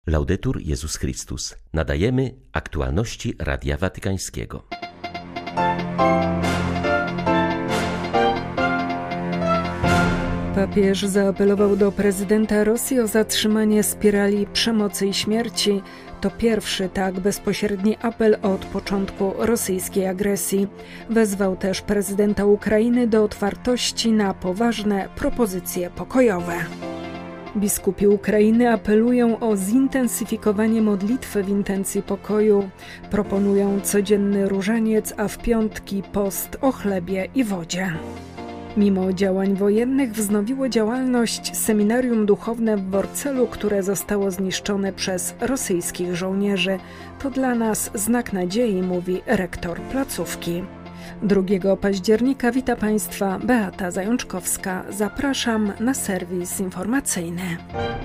Laudetur Jezus Chrystus. Nadajemy aktualności Radia Watykańskiego. Papież zaapelował do prezydenta Rosji o zatrzymanie spirali przemocy i śmierci. To pierwszy tak bezpośredni apel od początku rosyjskiej agresji. Wezwał też prezydenta Ukrainy do otwartości na poważne propozycje pokojowe. Biskupi Ukrainy apelują o zintensyfikowanie modlitwy w intencji pokoju. Proponują codzienny różaniec, a w piątki post o chlebie i wodzie. Mimo działań wojennych wznowiło działalność seminarium duchowne w Worcelu, które zostało zniszczone przez rosyjskich żołnierzy. To dla nas znak nadziei, mówi rektor placówki. 2 października wita Państwa Beata Zajączkowska. Zapraszam na serwis informacyjny.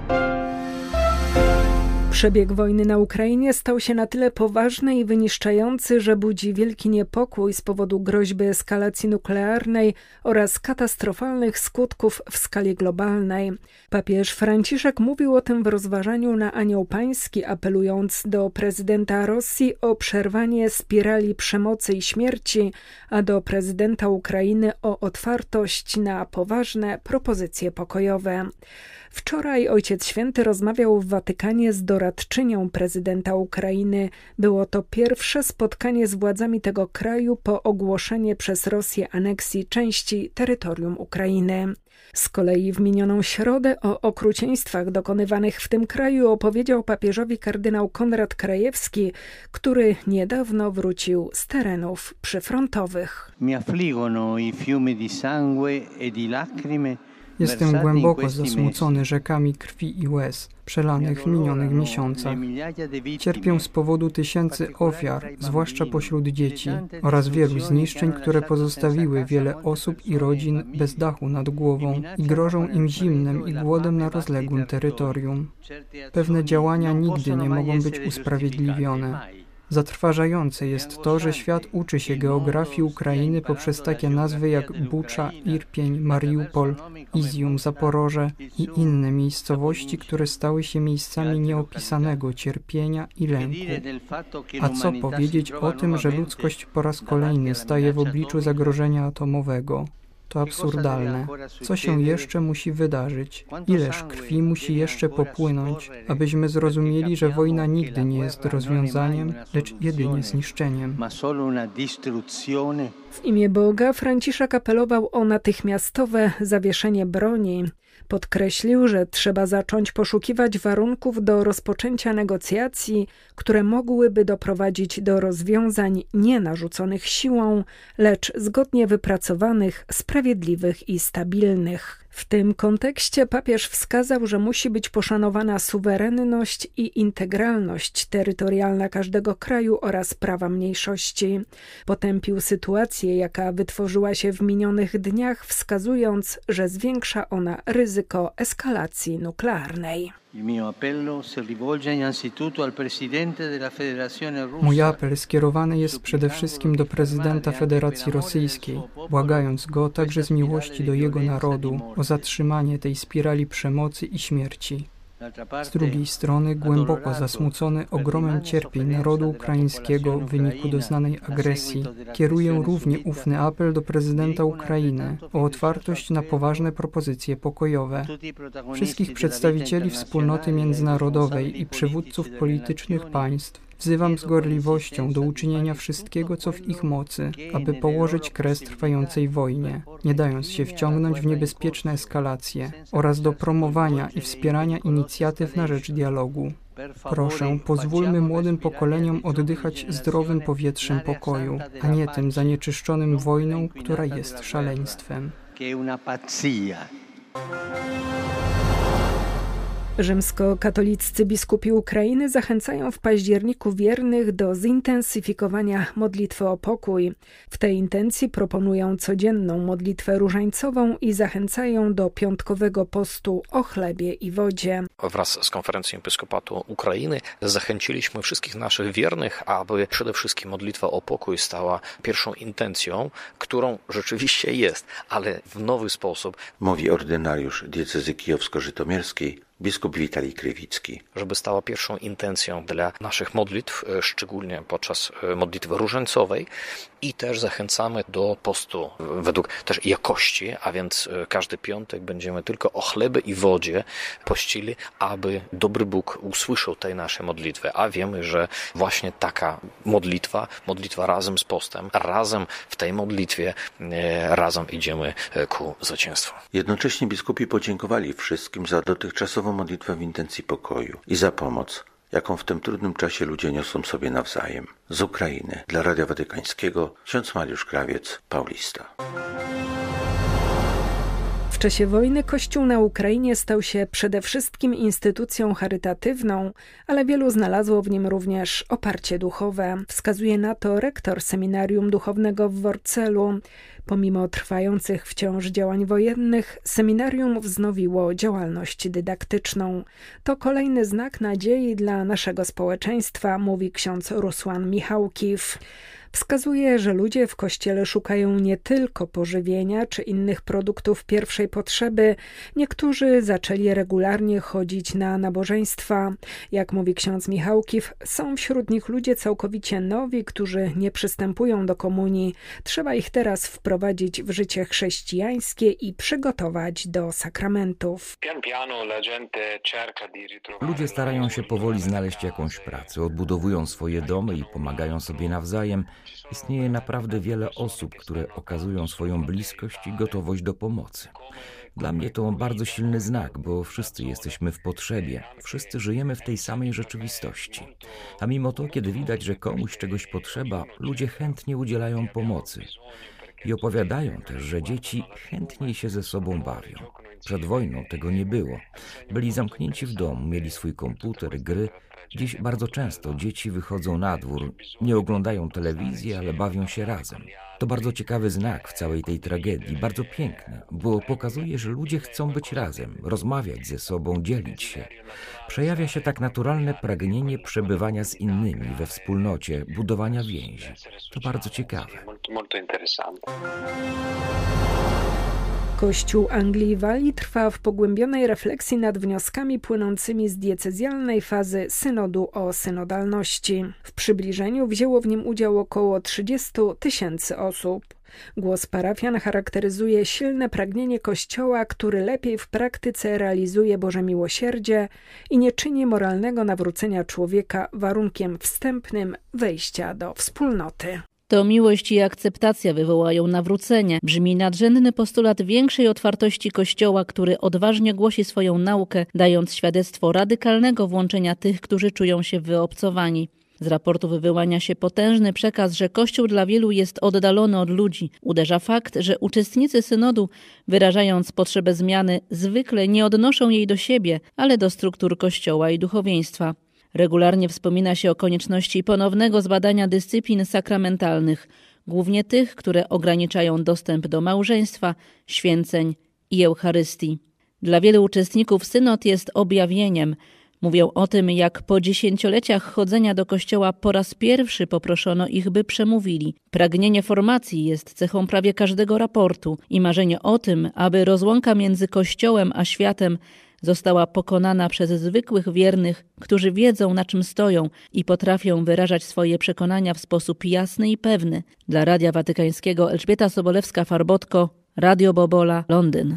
Przebieg wojny na Ukrainie stał się na tyle poważny i wyniszczający, że budzi wielki niepokój z powodu groźby eskalacji nuklearnej oraz katastrofalnych skutków w skali globalnej. Papież Franciszek mówił o tym w rozważaniu na Anioł Pański, apelując do prezydenta Rosji o przerwanie spirali przemocy i śmierci, a do prezydenta Ukrainy o otwartość na poważne propozycje pokojowe. Wczoraj Ojciec Święty rozmawiał w Watykanie z doradczynią prezydenta Ukrainy. Było to pierwsze spotkanie z władzami tego kraju po ogłoszeniu przez Rosję aneksji części terytorium Ukrainy. Z kolei w minioną środę o okrucieństwach dokonywanych w tym kraju opowiedział papieżowi kardynał Konrad Krajewski, który niedawno wrócił z terenów przyfrontowych. Mi affliggono i fiumi di sangue e di lacrime. Jestem głęboko zasmucony rzekami krwi i łez, przelanych w minionych miesiącach. Cierpię z powodu tysięcy ofiar, zwłaszcza pośród dzieci, oraz wielu zniszczeń, które pozostawiły wiele osób i rodzin bez dachu nad głową i grożą im zimnem i głodem na rozległym terytorium. Pewne działania nigdy nie mogą być usprawiedliwione. Zatrważające jest to, że świat uczy się geografii Ukrainy poprzez takie nazwy jak Bucza, Irpień, Mariupol, Izium, Zaporoże i inne miejscowości, które stały się miejscami nieopisanego cierpienia i lęku. A co powiedzieć o tym, że ludzkość po raz kolejny staje w obliczu zagrożenia atomowego? To absurdalne. Co się jeszcze musi wydarzyć? Ileż krwi musi jeszcze popłynąć, abyśmy zrozumieli, że wojna nigdy nie jest rozwiązaniem, lecz jedynie zniszczeniem. W imię Boga Franciszek apelował o natychmiastowe zawieszenie broni. Podkreślił, że trzeba zacząć poszukiwać warunków do rozpoczęcia negocjacji, które mogłyby doprowadzić do rozwiązań nie narzuconych siłą, lecz zgodnie wypracowanych, sprawiedliwych i stabilnych. W tym kontekście papież wskazał, że musi być poszanowana suwerenność i integralność terytorialna każdego kraju oraz prawa mniejszości. Potępił sytuację, jaka wytworzyła się w minionych dniach, wskazując, że zwiększa ona ryzyko eskalacji nuklearnej. Mój apel skierowany jest przede wszystkim do prezydenta Federacji Rosyjskiej, błagając go także z miłości do jego narodu o zatrzymanie tej spirali przemocy i śmierci. Z drugiej strony, głęboko zasmucony ogromem cierpień narodu ukraińskiego w wyniku doznanej agresji, kieruję równie ufny apel do prezydenta Ukrainy o otwartość na poważne propozycje pokojowe. Wszystkich przedstawicieli wspólnoty międzynarodowej i przywódców politycznych państw wzywam z gorliwością do uczynienia wszystkiego, co w ich mocy, aby położyć kres trwającej wojnie, nie dając się wciągnąć w niebezpieczne eskalacje, oraz do promowania i wspierania inicjatyw na rzecz dialogu. Proszę, pozwólmy młodym pokoleniom oddychać zdrowym powietrzem pokoju, a nie tym zanieczyszczonym wojną, która jest szaleństwem. Rzymskokatoliccy biskupi Ukrainy zachęcają w październiku wiernych do zintensyfikowania modlitwy o pokój. W tej intencji proponują codzienną modlitwę różańcową i zachęcają do piątkowego postu o chlebie i wodzie. Wraz z Konferencją Episkopatu Ukrainy zachęciliśmy wszystkich naszych wiernych, aby przede wszystkim modlitwa o pokój stała pierwszą intencją, którą rzeczywiście jest, ale w nowy sposób. Mówi ordynariusz diecezy kijowsko-żytomierskiej Biskup Witalij Krywicki. Żeby stała pierwszą intencją dla naszych modlitw, szczególnie podczas modlitwy różańcowej, i też zachęcamy do postu według też jakości, a więc każdy piątek będziemy tylko o chlebie i wodzie pościli, aby dobry Bóg usłyszał tej naszej modlitwy, a wiemy, że właśnie taka modlitwa razem z postem, razem w tej modlitwie, razem idziemy ku zwycięstwu. Jednocześnie biskupi podziękowali wszystkim za dotychczasową modlitwę w intencji pokoju i za pomoc, jaką w tym trudnym czasie ludzie niosą sobie nawzajem. Z Ukrainy dla Radia Watykańskiego ksiądz Mariusz Krawiec, Paulista. W czasie wojny Kościół na Ukrainie stał się przede wszystkim instytucją charytatywną, ale wielu znalazło w nim również oparcie duchowe. Wskazuje na to rektor seminarium duchownego w Worcelu. Pomimo trwających wciąż działań wojennych, seminarium wznowiło działalność dydaktyczną. To kolejny znak nadziei dla naszego społeczeństwa, mówi ksiądz Rusłan Michałkiw. Wskazuje, że ludzie w kościele szukają nie tylko pożywienia czy innych produktów pierwszej potrzeby. Niektórzy zaczęli regularnie chodzić na nabożeństwa. Jak mówi ksiądz Michałkiw, są wśród nich ludzie całkowicie nowi, którzy nie przystępują do komunii. Trzeba ich teraz wprowadzić w życie chrześcijańskie i przygotować do sakramentów. Ludzie starają się powoli znaleźć jakąś pracę, odbudowują swoje domy i pomagają sobie nawzajem. Istnieje naprawdę wiele osób, które okazują swoją bliskość i gotowość do pomocy. Dla mnie to bardzo silny znak, bo wszyscy jesteśmy w potrzebie, wszyscy żyjemy w tej samej rzeczywistości. A mimo to, kiedy widać, że komuś czegoś potrzeba, ludzie chętnie udzielają pomocy. I opowiadają też, że dzieci chętniej się ze sobą bawią. Przed wojną tego nie było. Byli zamknięci w domu, mieli swój komputer, gry. Dziś bardzo często dzieci wychodzą na dwór, nie oglądają telewizji, ale bawią się razem. To bardzo ciekawy znak w całej tej tragedii, bardzo piękny, bo pokazuje, że ludzie chcą być razem, rozmawiać ze sobą, dzielić się. Przejawia się tak naturalne pragnienie przebywania z innymi we wspólnocie, budowania więzi. To bardzo ciekawe. Kościół Anglii i Walii trwa w pogłębionej refleksji nad wnioskami płynącymi z diecezjalnej fazy synodu o synodalności. W przybliżeniu wzięło w nim udział około 30 000 osób. Głos parafian charakteryzuje silne pragnienie Kościoła, który lepiej w praktyce realizuje Boże miłosierdzie i nie czyni moralnego nawrócenia człowieka warunkiem wstępnym wejścia do wspólnoty. To miłość i akceptacja wywołają nawrócenie. Brzmi nadrzędny postulat większej otwartości Kościoła, który odważnie głosi swoją naukę, dając świadectwo radykalnego włączenia tych, którzy czują się wyobcowani. Z raportu wyłania się potężny przekaz, że Kościół dla wielu jest oddalony od ludzi. Uderza fakt, że uczestnicy synodu, wyrażając potrzebę zmiany, zwykle nie odnoszą jej do siebie, ale do struktur Kościoła i duchowieństwa. Regularnie wspomina się o konieczności ponownego zbadania dyscyplin sakramentalnych, głównie tych, które ograniczają dostęp do małżeństwa, święceń i Eucharystii. Dla wielu uczestników synod jest objawieniem. Mówią o tym, jak po 10-leciach chodzenia do kościoła po raz pierwszy poproszono ich, by przemówili. Pragnienie formacji jest cechą prawie każdego raportu i marzenie o tym, aby rozłąka między kościołem a światem została pokonana przez zwykłych wiernych, którzy wiedzą, na czym stoją i potrafią wyrażać swoje przekonania w sposób jasny i pewny. Dla Radia Watykańskiego Elżbieta Sobolewska-Farbotko, Radio Bobola, Londyn.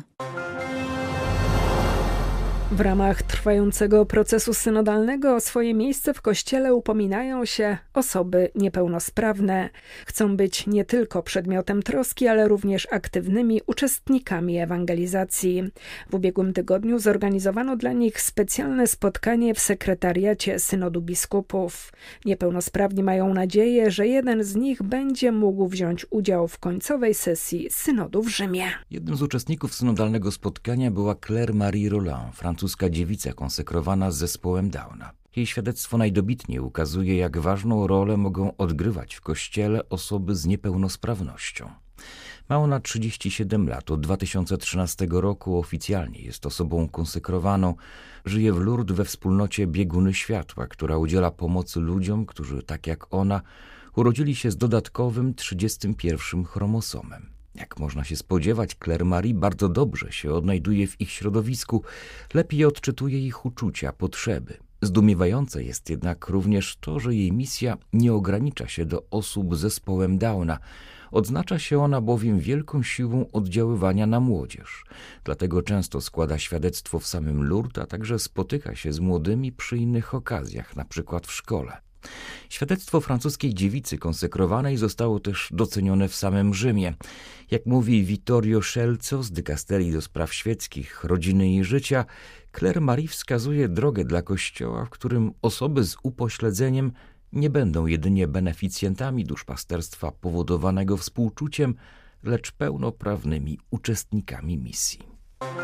W ramach trwającego procesu synodalnego o swoje miejsce w Kościele upominają się osoby niepełnosprawne. Chcą być nie tylko przedmiotem troski, ale również aktywnymi uczestnikami ewangelizacji. W ubiegłym tygodniu zorganizowano dla nich specjalne spotkanie w sekretariacie Synodu Biskupów. Niepełnosprawni mają nadzieję, że jeden z nich będzie mógł wziąć udział w końcowej sesji Synodu w Rzymie. Jednym z uczestników synodalnego spotkania była Claire Marie Roland, francuska dziewica konsekrowana z zespołem Downa. Jej świadectwo najdobitniej ukazuje, jak ważną rolę mogą odgrywać w Kościele osoby z niepełnosprawnością. Ma ona 37 lat, od 2013 roku oficjalnie jest osobą konsekrowaną. Żyje w Lourdes we wspólnocie Bieguny Światła, która udziela pomocy ludziom, którzy, tak jak ona, urodzili się z dodatkowym 31 chromosomem. Jak można się spodziewać, Claire Marie bardzo dobrze się odnajduje w ich środowisku, lepiej odczytuje ich uczucia, potrzeby. Zdumiewające jest jednak również to, że jej misja nie ogranicza się do osób z zespołem Downa. Odznacza się ona bowiem wielką siłą oddziaływania na młodzież. Dlatego często składa świadectwo w samym Lourdes, a także spotyka się z młodymi przy innych okazjach, na przykład w szkole. Świadectwo francuskiej dziewicy konsekrowanej zostało też docenione w samym Rzymie. Jak mówi Vittorio Scelzo z dykasterii do spraw świeckich, rodziny i życia, Claire Marie wskazuje drogę dla Kościoła, w którym osoby z upośledzeniem nie będą jedynie beneficjentami duszpasterstwa powodowanego współczuciem, lecz pełnoprawnymi uczestnikami misji.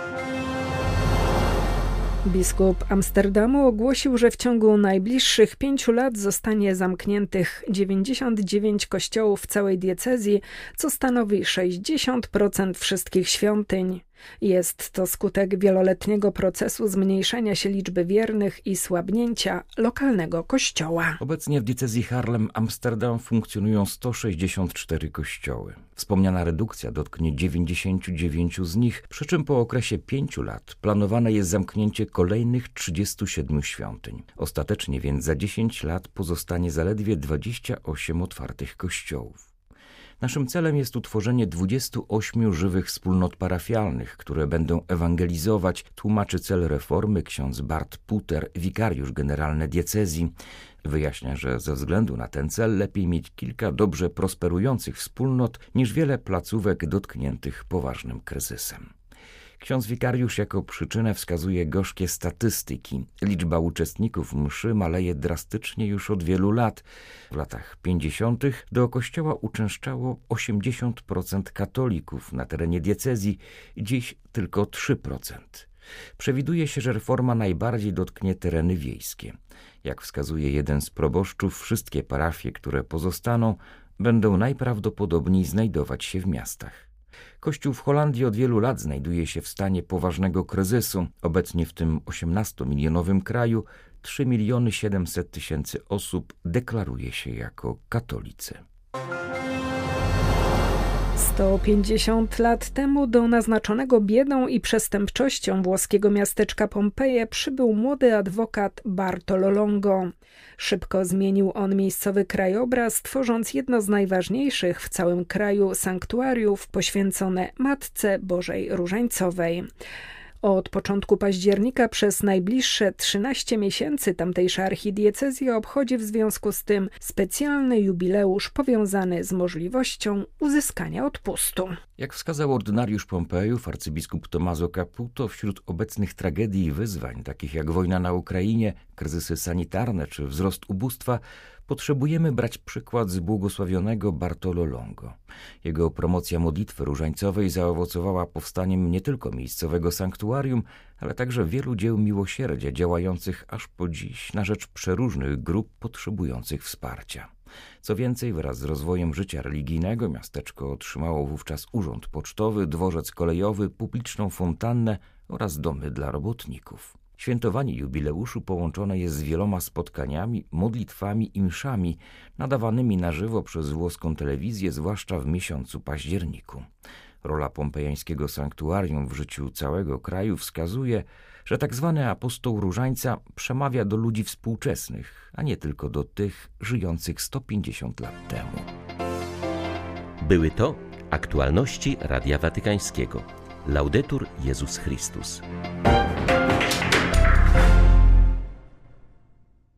Biskup Amsterdamu ogłosił, że w ciągu najbliższych 5 lat zostanie zamkniętych 99 kościołów w całej diecezji, co stanowi 60% wszystkich świątyń. Jest to skutek wieloletniego procesu zmniejszania się liczby wiernych i słabnięcia lokalnego kościoła. Obecnie w diecezji Haarlem-Amsterdam funkcjonują 164 kościoły. Wspomniana redukcja dotknie 99 z nich, przy czym po okresie 5 lat planowane jest zamknięcie kolejnych 37 świątyń. Ostatecznie więc za 10 lat pozostanie zaledwie 28 otwartych kościołów. Naszym celem jest utworzenie 28 żywych wspólnot parafialnych, które będą ewangelizować, tłumaczy cel reformy ksiądz Bart Puter, wikariusz generalny diecezji. Wyjaśnia, że ze względu na ten cel lepiej mieć kilka dobrze prosperujących wspólnot niż wiele placówek dotkniętych poważnym kryzysem. Ksiądz wikariusz jako przyczynę wskazuje gorzkie statystyki. Liczba uczestników mszy maleje drastycznie już od wielu lat. W latach 50. do kościoła uczęszczało 80% katolików na terenie diecezji, dziś tylko 3%. Przewiduje się, że reforma najbardziej dotknie tereny wiejskie. Jak wskazuje jeden z proboszczów, wszystkie parafie, które pozostaną, będą najprawdopodobniej znajdować się w miastach. Kościół w Holandii od wielu lat znajduje się w stanie poważnego kryzysu. Obecnie w tym 18-milionowym kraju 3 700 000 osób deklaruje się jako katolicy. 150 lat temu do naznaczonego biedą i przestępczością włoskiego miasteczka Pompeje przybył młody adwokat Bartolo Longo. Szybko zmienił on miejscowy krajobraz, tworząc jedno z najważniejszych w całym kraju sanktuariów poświęcone Matce Bożej Różańcowej. Od początku października przez najbliższe 13 miesięcy tamtejsza archidiecezja obchodzi w związku z tym specjalny jubileusz powiązany z możliwością uzyskania odpustu. Jak wskazał ordynariusz Pompejów, arcybiskup Tommaso Caputo, wśród obecnych tragedii i wyzwań, takich jak wojna na Ukrainie, kryzysy sanitarne czy wzrost ubóstwa, potrzebujemy brać przykład z błogosławionego Bartolo Longo. Jego promocja modlitwy różańcowej zaowocowała powstaniem nie tylko miejscowego sanktuarium, ale także wielu dzieł miłosierdzia działających aż po dziś na rzecz przeróżnych grup potrzebujących wsparcia. Co więcej, wraz z rozwojem życia religijnego miasteczko otrzymało wówczas urząd pocztowy, dworzec kolejowy, publiczną fontannę oraz domy dla robotników. Świętowanie jubileuszu połączone jest z wieloma spotkaniami, modlitwami i mszami nadawanymi na żywo przez włoską telewizję, zwłaszcza w miesiącu październiku. Rola pompejańskiego sanktuarium w życiu całego kraju wskazuje, że tak zwany apostoł Różańca przemawia do ludzi współczesnych, a nie tylko do tych żyjących 150 lat temu. Były to aktualności Radia Watykańskiego. Laudetur Jezus Chrystus.